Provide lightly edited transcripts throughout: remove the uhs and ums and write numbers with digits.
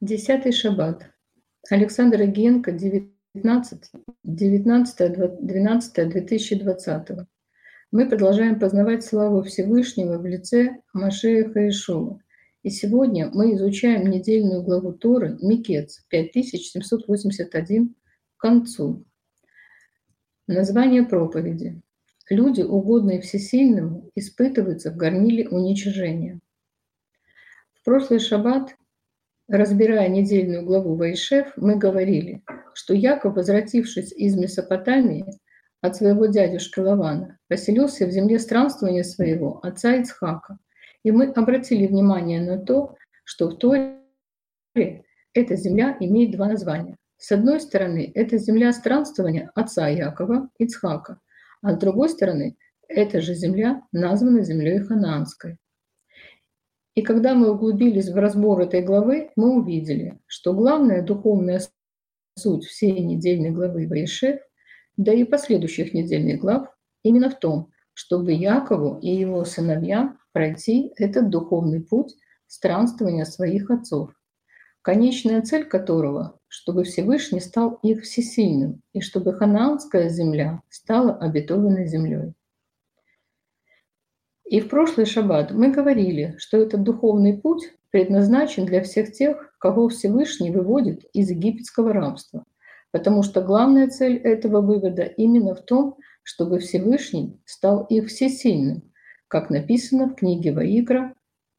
Десятый шаббат. Александр Агиенко, 19-12-2020. Мы продолжаем познавать славу Всевышнего в лице Машеха Иешуа. И сегодня мы изучаем недельную главу Торы Микец, 5781, к концу. Название проповеди. Люди, угодные Всесильному, испытываются в горниле уничижения. В прошлый шаббат, разбирая недельную главу Ваишев, мы говорили, что Яков, возвратившись из Месопотамии от своего дядюшки Лавана, поселился в земле странствования своего отца Ицхака. И мы обратили внимание на то, что в Торе эта земля имеет два названия. С одной стороны, это земля странствования отца Якова, Ицхака, а с другой стороны, эта же земля названа землей Ханаанской. И когда мы углубились в разбор этой главы, мы увидели, что главная духовная суть всей недельной главы Ваишев, да и последующих недельных глав, именно в том, чтобы Якову и его сыновьям пройти этот духовный путь странствования своих отцов, конечная цель которого, чтобы Всевышний стал их всесильным и чтобы ханаанская земля стала обетованной землей. И в прошлый шаббат мы говорили, что этот духовный путь предназначен для всех тех, кого Всевышний выводит из египетского рабства, потому что главная цель этого вывода именно в том, чтобы Всевышний стал их всесильным, как написано в книге Ваикра,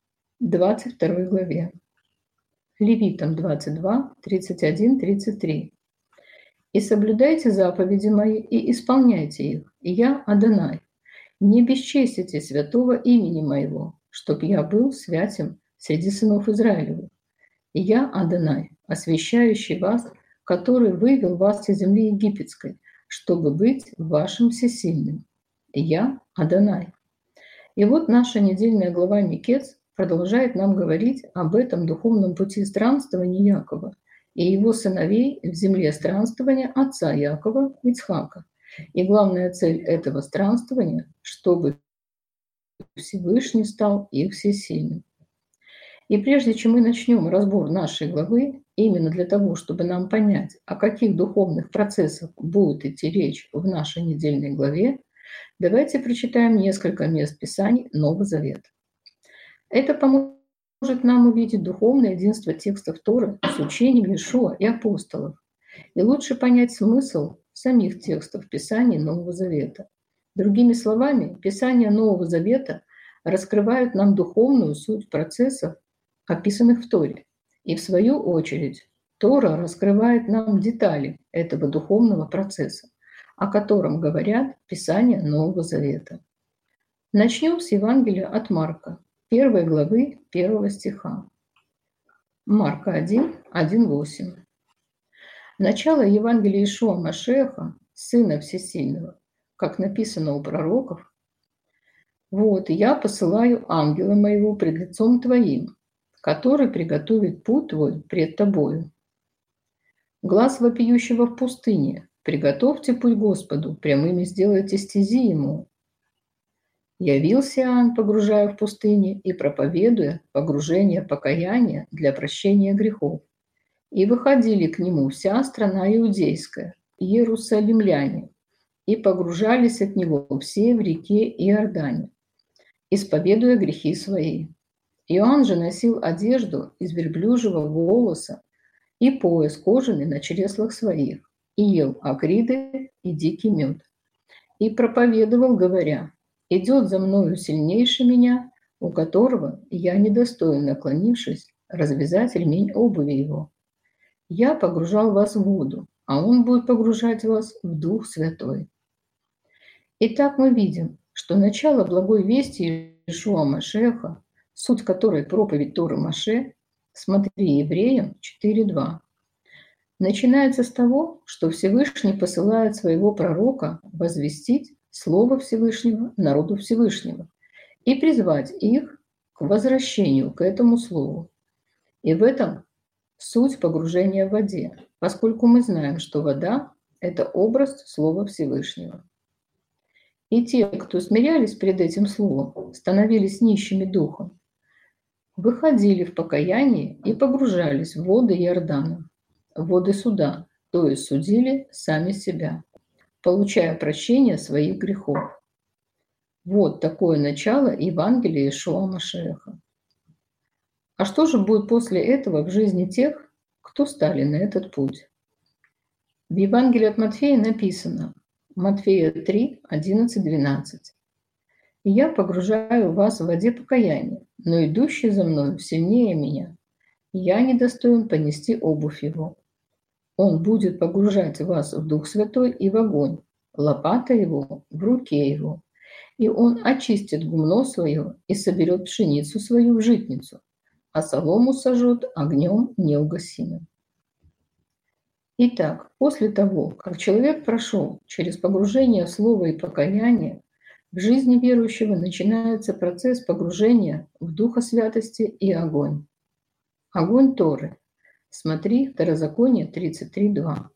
22 главе. Левитам 22, 31, 33. «И соблюдайте заповеди мои, и исполняйте их, и я Адонай. Не бесчестите святого имени моего, чтоб я был святым среди сынов Израилевых. И я Адонай, освящающий вас, который вывел вас из земли египетской, чтобы быть вашим всесильным. И я Адонай». И вот наша недельная глава Микец продолжает нам говорить об этом духовном пути странствования Якова и его сыновей в земле странствования отца Якова Ицхака. И главная цель этого странствования, чтобы Всевышний стал их всесильным. И прежде чем мы начнем разбор нашей главы, именно для того, чтобы нам понять, о каких духовных процессах будет идти речь в нашей недельной главе, давайте прочитаем несколько мест Писаний Нового Завета. Это поможет нам увидеть духовное единство текстов Торы с учением Иешуа и апостолов, и лучше понять смысл самих текстов Писаний Нового Завета. Другими словами, Писания Нового Завета раскрывают нам духовную суть процессов, описанных в Торе. И в свою очередь, Тора раскрывает нам детали этого духовного процесса, о котором говорят Писания Нового Завета. Начнем с Евангелия от Марка, 1 главы 1 стиха. Марка 1, 1-8. Начало Евангелия Иешуа Машеха, Сына Всесильного, как написано у пророков: «Вот я посылаю ангела моего пред лицом твоим, который приготовит путь твой пред тобою. Глас вопиющего в пустыне: приготовьте путь Господу, прямыми сделайте стези ему. Явился Иоанн, погружая в пустыне и проповедуя погружение покаяния для прощения грехов. И выходили к нему вся страна иудейская, иерусалимляне, и погружались от него все в реке Иордане, исповедуя грехи свои. Иоанн же носил одежду из верблюжьего волоса и пояс кожаный на чреслах своих, и ел акриды и дикий мед. И проповедовал, говоря: идет за мною сильнейший меня, у которого я недостоин, наклонившись, развязать ремень обуви его. Я погружал вас в воду, а он будет погружать вас в Дух Святой». Итак, мы видим, что начало благой вести Иешуа Машеха, суть которой проповедь Торы Маше, смотри Евреям 4:2, начинается с того, что Всевышний посылает своего пророка возвестить Слово Всевышнего народу Всевышнего и призвать их к возвращению к этому Слову. И в этом суть погружения в воде, поскольку мы знаем, что вода – это образ Слова Всевышнего. И те, кто смирялись перед этим Словом, становились нищими духом. выходили в покаянии и погружались в воды Иордана, в воды суда, то есть судили сами себя, получая прощение своих грехов. Вот такое начало Евангелия Иешуа Машиаха. А что же будет после этого в жизни тех, кто стали на этот путь? В Евангелии от Матфея написано, Матфея 3, 11, 12. «И я погружаю вас в воде покаяния, но идущий за мною сильнее меня. Я недостоин понести обувь его. Он будет погружать вас в Дух Святой и в огонь, лопата его в руке его, и он очистит гумно свое и соберет пшеницу свою в житницу, а солому сожжет огнем неугасимым». Итак, после того, как человек прошел через погружение в Слово и покаяние, в жизни верующего начинается процесс погружения в Духа Святости и огонь. Огонь Торы. Смотри, Второзаконие 33:2.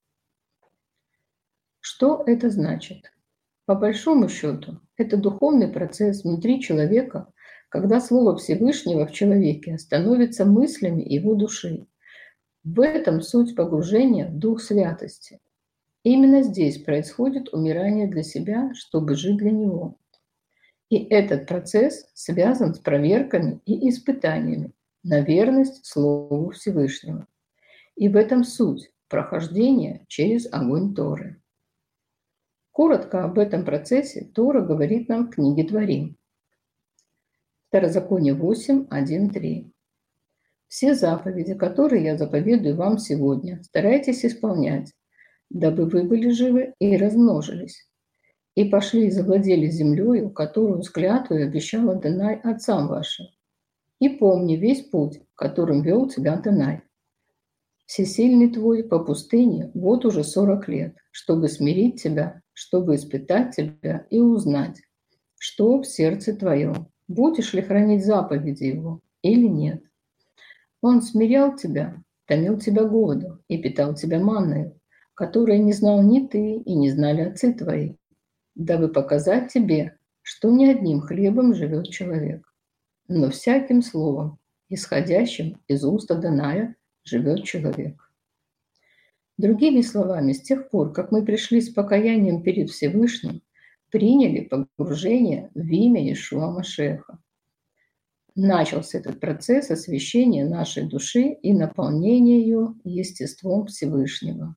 Что это значит? По большому счету, это духовный процесс внутри человека, когда Слово Всевышнего в человеке становится мыслями его души. В этом суть погружения в Дух Святости. Именно здесь происходит умирание для себя, чтобы жить для Него. И этот процесс связан с проверками и испытаниями на верность Слову Всевышнего. И в этом суть прохождения через огонь Торы. Коротко об этом процессе Тора говорит нам в книге Творим. Второзаконие 8, 1, 3. «Все заповеди, которые я заповедую вам сегодня, старайтесь исполнять, дабы вы были живы и размножились, и пошли и завладели землею, которую с клятвой обещал Адонай отцам вашим. И помни весь путь, которым вел тебя Адонай, всесильный твой по пустыне вот уже 40 лет, чтобы смирить тебя, чтобы испытать тебя и узнать, что в сердце твоем, будешь ли хранить заповеди его или нет. Он смирял тебя, томил тебя голодом и питал тебя манною, которое не знал ни ты и не знали отцы твои, дабы показать тебе, что не одним хлебом живет человек, но всяким словом, исходящим из уст Адоная, живет человек». Другими словами, с тех пор, как мы пришли с покаянием перед Всевышним, приняли погружение в имя Иешуа Машиаха, начался этот процесс освящения нашей души и наполнения ее естеством Всевышнего.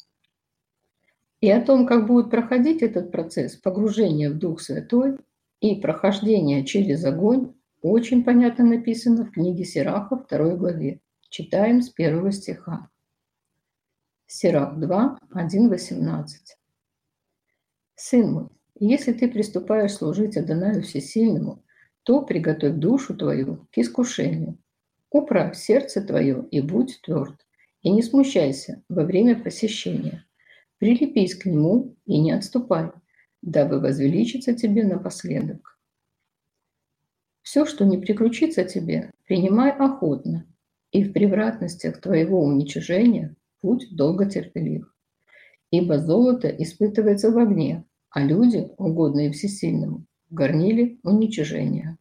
И о том, как будет проходить этот процесс погружения в Дух Святой и прохождения через огонь, очень понятно написано в книге Сираха 2 главе. Читаем с 1 стиха. Сирах 2, 1, 18. «Сын мой, если ты приступаешь служить Адонаю Всесильному, то приготовь душу твою к искушению. Управь сердце твое и будь тверд, и не смущайся во время посещения. Прилепись к нему и не отступай, дабы возвеличиться тебе напоследок. Все, что не приключится тебе, принимай охотно, и в превратностях твоего уничижения будь долготерпелив. Ибо золото испытывается в огне, а люди, угодные Всесильному, в горниле уничижения.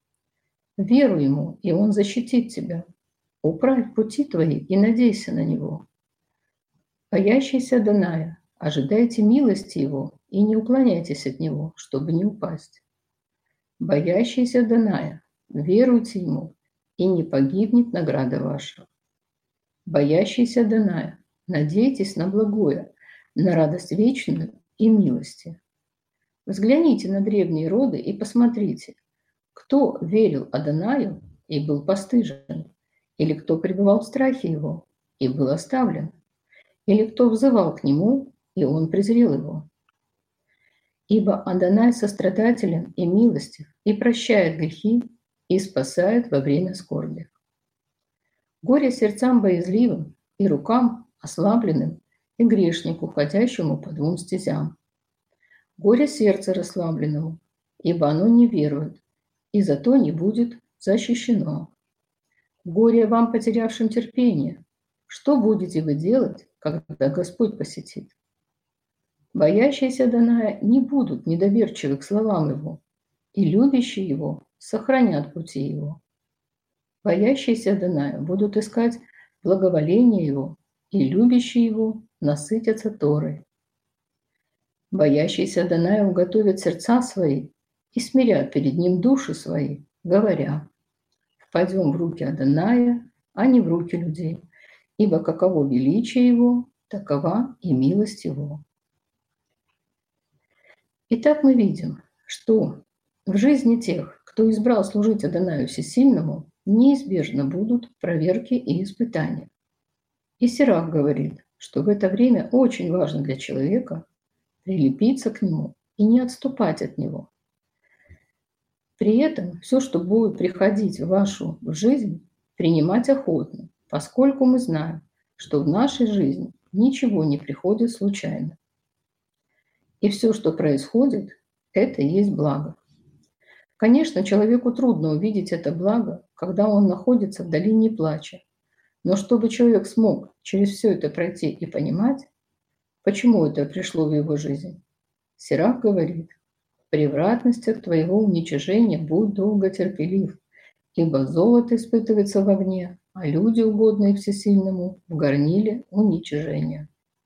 Веруй ему, и он защитит тебя. Управь пути твои и надейся на него. Боящийся Адоная, ожидайте милости его и не уклоняйтесь от него, чтобы не упасть. Боящийся Адоная, веруйте ему, и не погибнет награда ваша. Боящийся Адоная, надейтесь на благое, на радость вечную и милости. Взгляните на древние роды и посмотрите, кто верил Адонаю и был постыжен, или кто пребывал в страхе его и был оставлен, или кто взывал к нему, и он презрел его. Ибо Адонай сострадателен и милостив, и прощает грехи, и спасает во время скорби. Горе сердцам боязливым и рукам ослабленным, и грешнику, ходящему по двум стезям. Горе сердца расслабленному, ибо оно не верует, и зато не будет защищено. Горе вам, потерявшим терпение. Что будете вы делать, когда Господь посетит? Боящиеся Адоная не будут недоверчивы к словам Его, и любящие Его сохранят пути Его. Боящиеся Адоная будут искать благоволение Его, и любящие Его насытятся Торой. Боящиеся Адоная уготовят сердца свои и смирят перед Ним души свои, говоря: «Впадем в руки Адоная, а не в руки людей, ибо каково величие Его, такова и милость Его». Итак, мы видим, что в жизни тех, кто избрал служить Адонаю Всесильному, неизбежно будут проверки и испытания. И Сирах говорит, что в это время очень важно для человека прилепиться к нему и не отступать от него. При этом все, что будет приходить в вашу жизнь, принимать охотно, поскольку мы знаем, что в нашей жизни ничего не приходит случайно. И все, что происходит, это и есть благо. Конечно, человеку трудно увидеть это благо, когда он находится в долине плача. Но чтобы человек смог через все это пройти и понимать, почему это пришло в его жизнь, Сирах говорит: «В превратностях твоего уничижения будь долго терпелив, ибо золото испытывается в огне, а люди, угодные Всесильному, в горниле уничижения».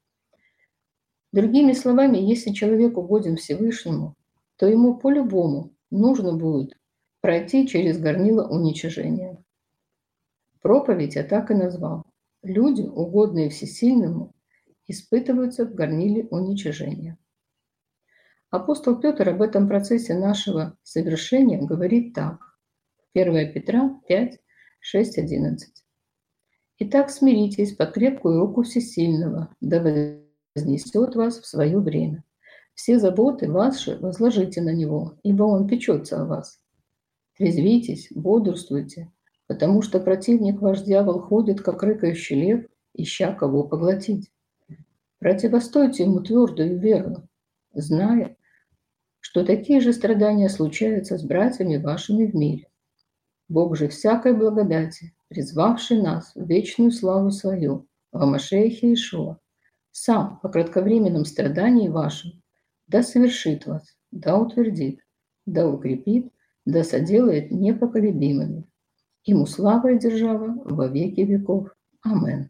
Другими словами, если человек угоден Всевышнему, то ему по-любому нужно будет пройти через горнило уничижения. Проповедь я так и назвал. Люди, угодные Всесильному, испытываются в горниле уничижения. Апостол Петр об этом процессе нашего совершения говорит так. 1 Петра 5, 6, 11. «Итак, смиритесь под крепкую руку Всесильного, да вознесет вас в свое время. Все заботы ваши возложите на Него, ибо Он печется о вас. Трезвитесь, бодрствуйте, потому что противник ваш дьявол ходит, как рыкающий лев, ища кого поглотить. Противостойте ему твердо и верно, зная, что такие же страдания случаются с братьями вашими в мире. Бог же всякой благодати, призвавший нас в вечную славу свою, во Машиахе Иешуа, сам по кратковременном страдании вашим да совершит вас, да утвердит, да укрепит, да соделает непоколебимыми. Ему слава и держава во веки веков. Амен.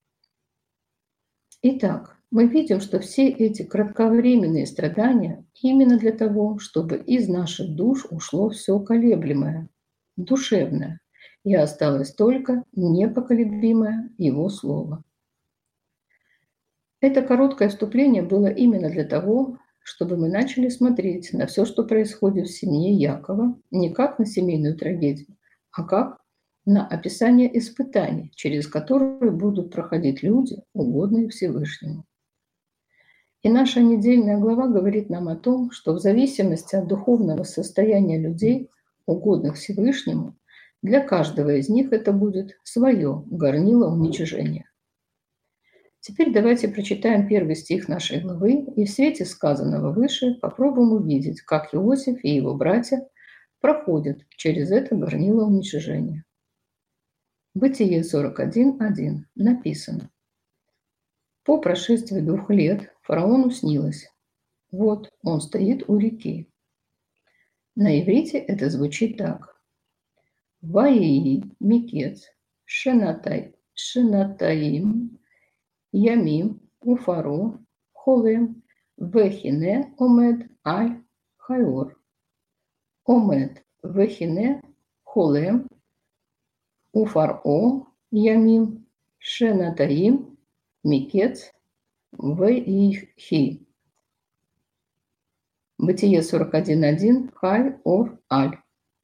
Итак, мы видим, что все эти кратковременные страдания именно для того, чтобы из наших душ ушло все колеблемое, душевное, и осталось только непоколебимое Его Слово. Это короткое вступление было именно для того, чтобы мы начали смотреть на все, что происходит в семье Якова, не как на семейную трагедию, а как на описание испытаний, через которые будут проходить люди, угодные Всевышнему. И наша недельная глава говорит нам о том, что в зависимости от духовного состояния людей, угодных Всевышнему, для каждого из них это будет свое горнило уничижения. Теперь давайте прочитаем первый стих нашей главы и в свете сказанного выше попробуем увидеть, как Иосиф и его братья проходят через это горнило уничижения. Бытие 41.1 написано: «По прошествии 2 лет фараону снилось. Вот он стоит у реки». На иврите это звучит так: «Ваии микец шенатаим ямим уфаро холем вехине омед аль хайор». Омед вехине холем уфаро ямим шенатаим микец вехи. Бытие 41.1 хай ор аль.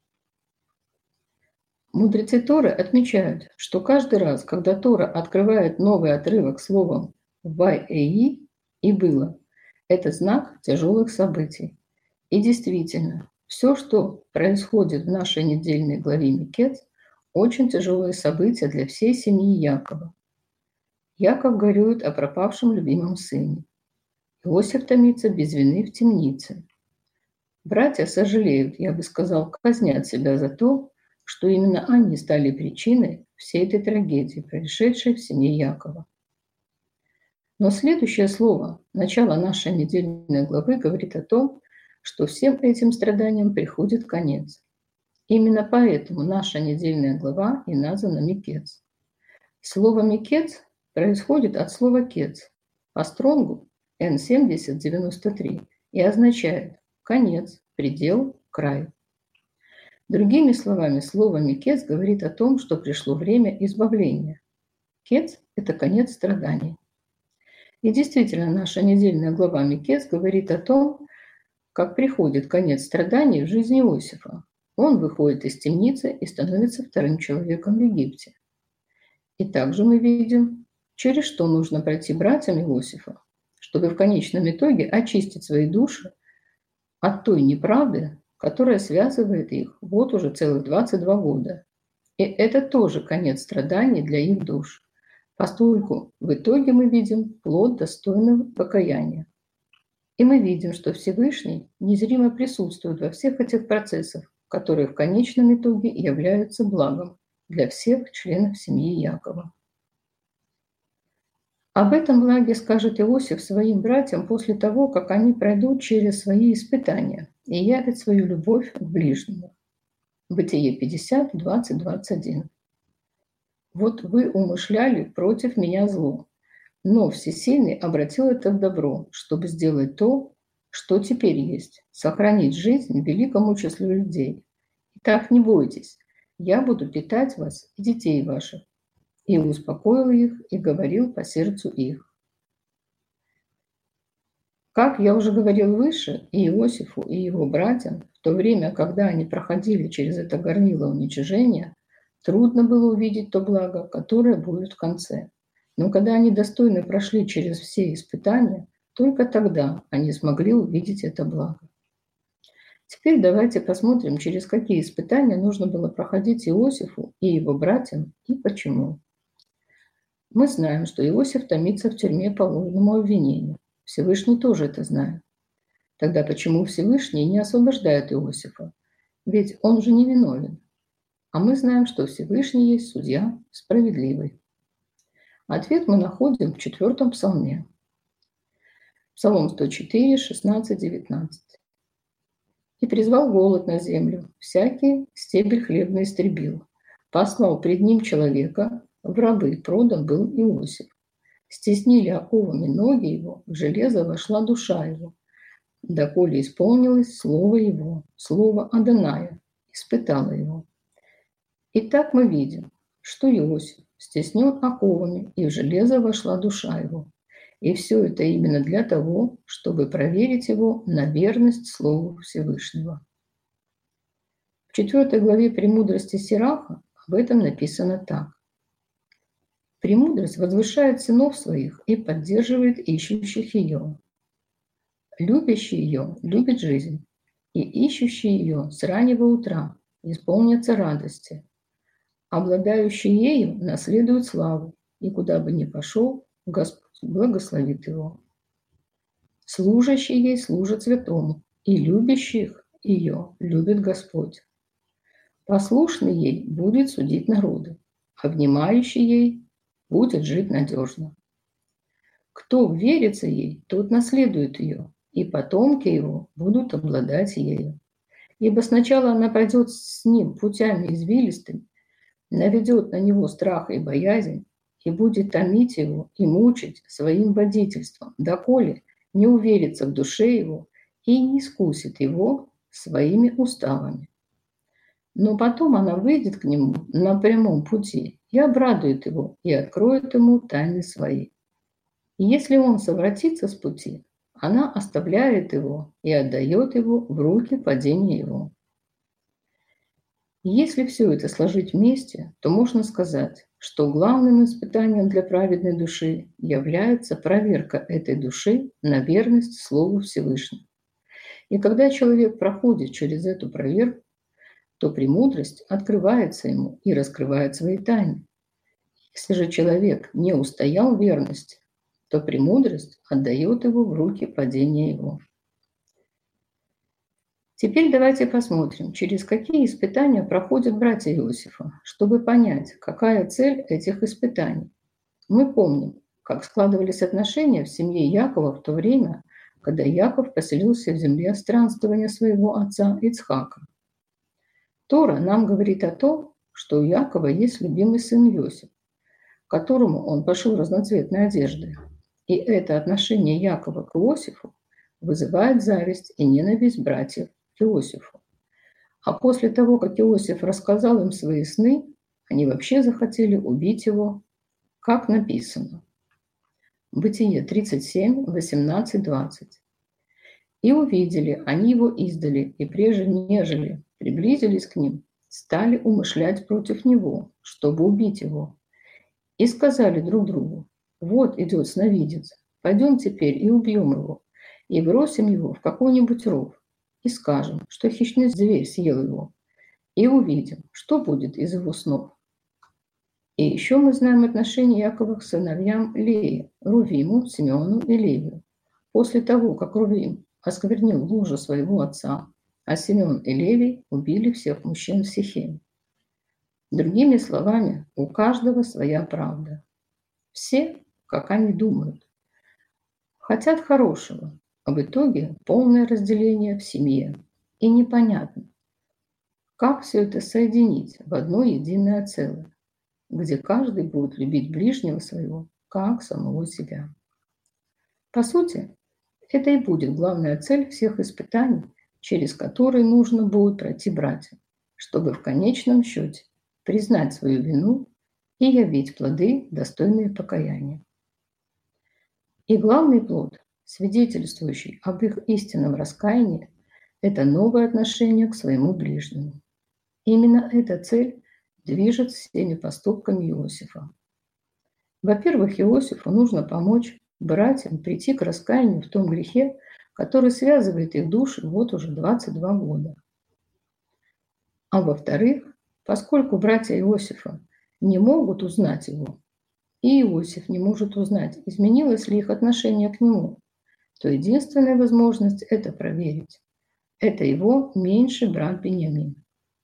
Мудрецы Торы отмечают, что каждый раз, когда Тора открывает новый отрывок словом «вай-эи» и «было», это знак тяжелых событий. И действительно, все, что происходит в нашей недельной главе Микец, очень тяжелые события для всей семьи Якова. Яков горюет о пропавшем любимом сыне. Иосиф томится без вины в темнице. Братья сожалеют, я бы сказал, казнят себя за то, что именно они стали причиной всей этой трагедии, происшедшей в семье Якова. Но следующее слово, начало нашей недельной главы, говорит о том, что всем этим страданиям приходит конец. Именно поэтому наша недельная глава и названа «Микец». Слово «микец» происходит от слова «кец» по стронгу N7093 и означает «конец», «предел», «край». Другими словами, слово «микец» говорит о том, что пришло время избавления. Кец – это конец страданий. И действительно, наша недельная глава «Микец» говорит о том, как приходит конец страданий в жизни Иосифа. Он выходит из темницы и становится вторым человеком в Египте. И также мы видим, через что нужно пройти братьям Иосифа, чтобы в конечном итоге очистить свои души от той неправды, которая связывает их вот уже целых 22 года. И это тоже конец страданий для их душ, поскольку в итоге мы видим плод достойного покаяния. И мы видим, что Всевышний незримо присутствует во всех этих процессах, которые в конечном итоге являются благом для всех членов семьи Якова. Об этом благе скажет Иосиф своим братьям после того, как они пройдут через свои испытания и явят свою любовь к ближнему. Бытие 50, 20, 21. «Вот вы умышляли против меня зло, но Всесильный обратил это в добро, чтобы сделать то, что теперь есть, сохранить жизнь великому числу людей. Итак, не бойтесь, я буду питать вас и детей ваших». И успокоил их и говорил по сердцу их. Как я уже говорил выше, и Иосифу, и его братьям, в то время, когда они проходили через это горнило уничижения, трудно было увидеть то благо, которое будет в конце. Но когда они достойно прошли через все испытания, только тогда они смогли увидеть это благо. Теперь давайте посмотрим, через какие испытания нужно было проходить Иосифу и его братьям и почему. Мы знаем, что Иосиф томится в тюрьме по ложному обвинению. Всевышний тоже это знает. Тогда почему Всевышний не освобождает Иосифа? Ведь он же не виновен. А мы знаем, что Всевышний есть судья справедливый. Ответ мы находим в 4 псалме. Псалом 104, 16, 19. «И призвал голод на землю, всякий стебель хлебный истребил. Послал пред ним человека, в рабы продан был Иосиф. Стеснили оковами ноги его, в железо вошла душа его. Доколе исполнилось слово его, слово Адоная, испытало его». Итак, мы видим, что Иосиф стеснен оковами, и в железо вошла душа его. И все это именно для того, чтобы проверить его на верность Слову Всевышнего. В 4 главе «Премудрости Сираха» об этом написано так. «Премудрость возвышает сынов своих и поддерживает ищущих ее. Любящий ее любит жизнь, и ищущий ее с раннего утра исполнятся радости. Обладающий ею наследует славу, и куда бы ни пошел, Господь благословит его. Служащий ей служит святому, и любящих ее любит Господь. Послушный ей будет судить народы, а внимающий ей будет жить надежно. Кто верится ей, тот наследует ее, и потомки его будут обладать ею. Ибо сначала она пойдет с ним путями извилистыми, наведет на него страх и боязнь, и будет томить его и мучить своим водительством, доколе не уверится в душе его и не искусит его своими уставами. Но потом она выйдет к нему на прямом пути и обрадует его, и откроет ему тайны свои. И если он совратится с пути, она оставляет его и отдает его в руки падения его. Если все это сложить вместе, то можно сказать, что главным испытанием для праведной души является проверка этой души на верность Слову Всевышнего. И когда человек проходит через эту проверку, то премудрость открывается ему и раскрывает свои тайны. Если же человек не устоял в верности, то премудрость отдает его в руки падения его. Теперь давайте посмотрим, через какие испытания проходят братья Иосифа, чтобы понять, какая цель этих испытаний. Мы помним, как складывались отношения в семье Якова в то время, когда Яков поселился в земле странствования своего отца Ицхака. Тора нам говорит о том, что у Якова есть любимый сын Иосиф, которому он пошил разноцветные одежды. И это отношение Якова к Иосифу вызывает зависть и ненависть братьев к Иосифу. А после того, как Иосиф рассказал им свои сны, они вообще захотели убить его, как написано. Бытие 37, 18, 20. «И увидели они его издали, и прежде нежели приблизились к ним, стали умышлять против него, чтобы убить его. И сказали друг другу: вот идет сновидец, пойдем теперь и убьем его, и бросим его в какой-нибудь ров, и скажем, что хищный зверь съел его, и увидим, что будет из его снов». И еще мы знаем отношение Якова к сыновьям Леи, Рувиму, Симеону и Левию. После того, как Рувим осквернил лужу своего отца, а Симеон и Левий убили всех мужчин в Сихеме. Другими словами, у каждого своя правда. Все, как они думают, хотят хорошего, а в итоге полное разделение в семье. И непонятно, как все это соединить в одно единое целое, где каждый будет любить ближнего своего, как самого себя. По сути, это и будет главная цель всех испытаний, через которые нужно будет пройти братьям, чтобы в конечном счете признать свою вину и явить плоды, достойные покаяния. И главный плод, свидетельствующий об их истинном раскаянии, это новое отношение к своему ближнему. Именно эта цель движет всеми поступками Иосифа. Во-первых, Иосифу нужно помочь братьям прийти к раскаянию в том грехе, который связывает их души вот уже 22 года. А во-вторых, поскольку братья Иосифа не могут узнать его, и Иосиф не может узнать, изменилось ли их отношение к нему, то единственная возможность это проверить. Это его меньший брат Беньямин.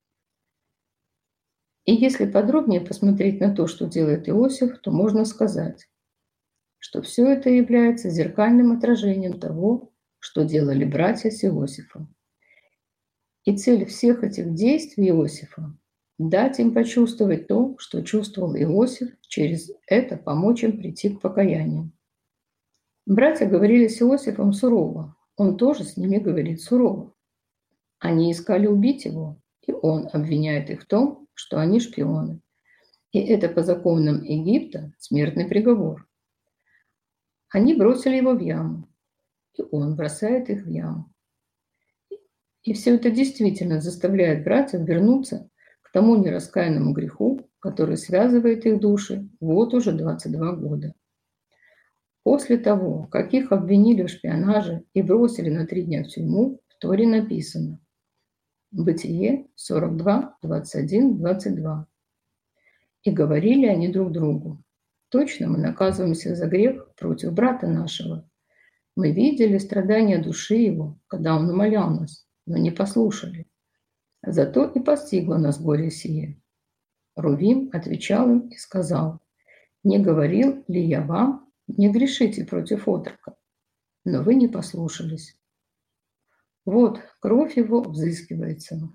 И если подробнее посмотреть на то, что делает Иосиф, то можно сказать, что все это является зеркальным отражением того, что делали братья с Иосифом. И цель всех этих действий Иосифа – дать им почувствовать то, что чувствовал Иосиф, через это помочь им прийти к покаянию. Братья говорили с Иосифом сурово, он тоже с ними говорит сурово. Они искали убить его, и он обвиняет их в том, что они шпионы. И это по законам Египта смертный приговор. Они бросили его в яму, и он бросает их в яму. И все это действительно заставляет братьев вернуться к тому нераскаянному греху, который связывает их души вот уже 22 года. После того, как их обвинили в шпионаже и бросили на 3 дня в тюрьму, в Торе написано Бытие 42, 21, 22. «И говорили они друг другу: точно мы наказываемся за грех против брата нашего. Мы видели страдания души его, когда он умолял нас, но не послушали. Зато и постигло нас горе сие». Рувим отвечал им и сказал: «Не говорил ли я вам, не грешите против отрока? Но вы не послушались. Вот кровь его взыскивается».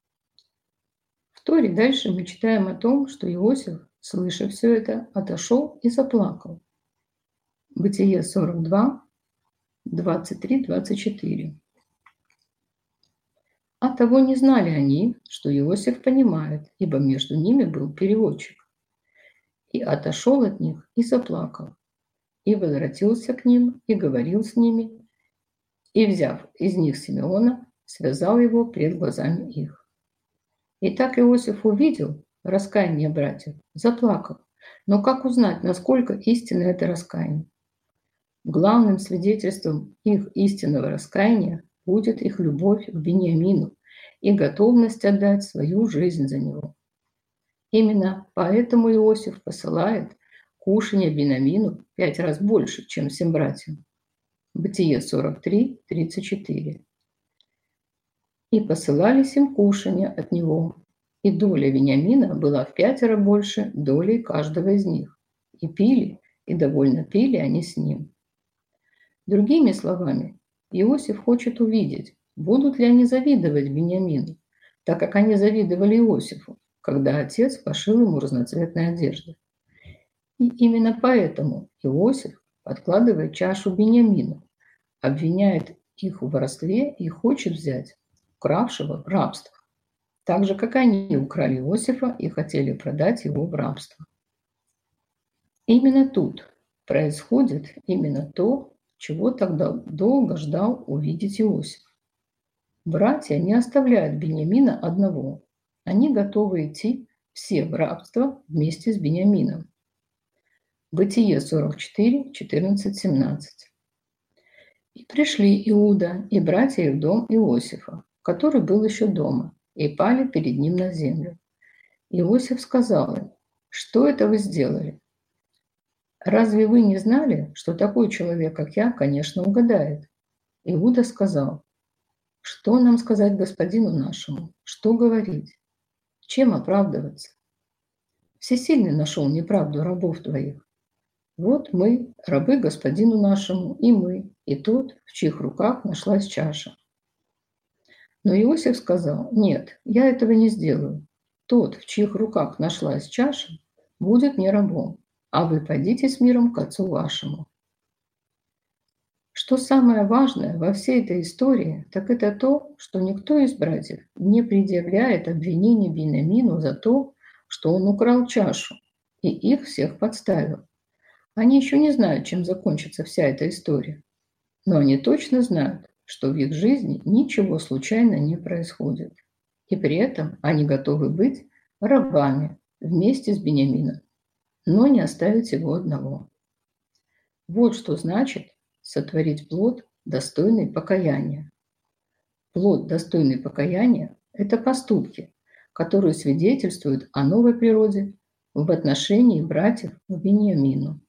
В Торе дальше мы читаем о том, что Иосиф, слыша все это, отошел и заплакал. Бытие 42, 23, 24. Оттого не знали они, что Иосиф понимает, ибо между ними был переводчик. И отошел от них и заплакал, и возвратился к ним, и говорил с ними, и, взяв из них Симеона, связал его пред глазами их. И так Иосиф увидел раскаяние братьев, заплакал. Но как узнать, насколько истинно это раскаяние? Главным свидетельством их истинного раскаяния будет их любовь к Беньямину и готовность отдать свою жизнь за него. Именно поэтому Иосиф посылает кушанье Беньямину 5 раз больше, чем всем братьям. Бытие 43, 34. «И посылались им кушанья от него, и доля Вениамина была в 5 больше доли каждого из них. И пили, и довольно пили они с ним». Другими словами, Иосиф хочет увидеть, будут ли они завидовать Вениамину, так как они завидовали Иосифу, когда отец пошил ему разноцветные одежды. И именно поэтому Иосиф подкладывает чашу Беньямину, обвиняет их в воровстве и хочет взять укравшего в рабство. Так же, как они украли Иосифа и хотели продать его в рабство. Именно тут происходит именно то, чего тогда долго ждал увидеть Иосиф. Братья не оставляют Беньямина одного. Они готовы идти все в рабство вместе с Беньямином. Бытие 44, 14, 17. «И пришли Иуда и братья в дом Иосифа, который был еще дома, и пали перед ним на землю. Иосиф сказал им: что это вы сделали? Разве вы не знали, что такой человек, как я, конечно, угадает? Иуда сказал: что нам сказать господину нашему? Что говорить? Чем оправдываться? Всесильный нашел неправду рабов твоих. Вот мы, рабы господину нашему, и мы, и тот, в чьих руках нашлась чаша. Но Иосиф сказал: нет, я этого не сделаю. Тот, в чьих руках нашлась чаша, будет не рабом, а вы пойдите с миром к отцу вашему. Что самое важное во всей этой истории, так это то, что никто из братьев не предъявляет обвинений Беньямину за то, что он украл чашу и их всех подставил. Они еще не знают, чем закончится вся эта история, но они точно знают, что в их жизни ничего случайно не происходит. И при этом они готовы быть рабами вместе с Беньямином, но не оставить его одного. Вот что значит сотворить плод, достойный покаяния. Плод, достойный покаяния – это поступки, которые свидетельствуют о новой природе в отношении братьев к Беньямину.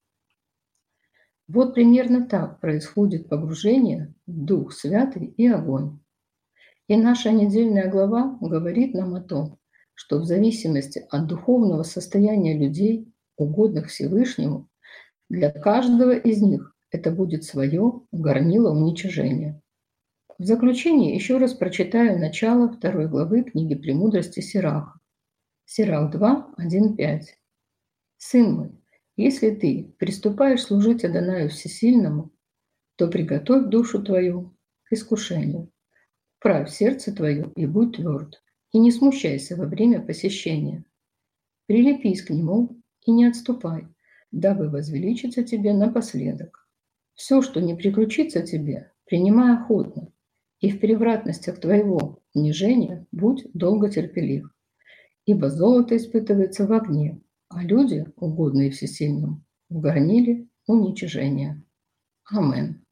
Вот примерно так происходит погружение в Дух Святый и огонь. И наша недельная глава говорит нам о том, что в зависимости от духовного состояния людей, угодных Всевышнему, для каждого из них это будет свое горнило уничижения. В заключение еще раз прочитаю начало 2 главы книги «Премудрости Сираха». Сирах 2, 1, 5. «Сын мой, если ты приступаешь служить Адонаю Всесильному, то приготовь душу твою к искушению, правь сердце твое и будь тверд, и не смущайся во время посещения. Прилепись к нему и не отступай, дабы возвеличиться тебе напоследок. Все, что не приключится тебе, принимай охотно, и в превратностях твоего унижения будь долго терпелив. Ибо золото испытывается в огне, а люди, угодные Всесильному, в горниле уничижения». Амин.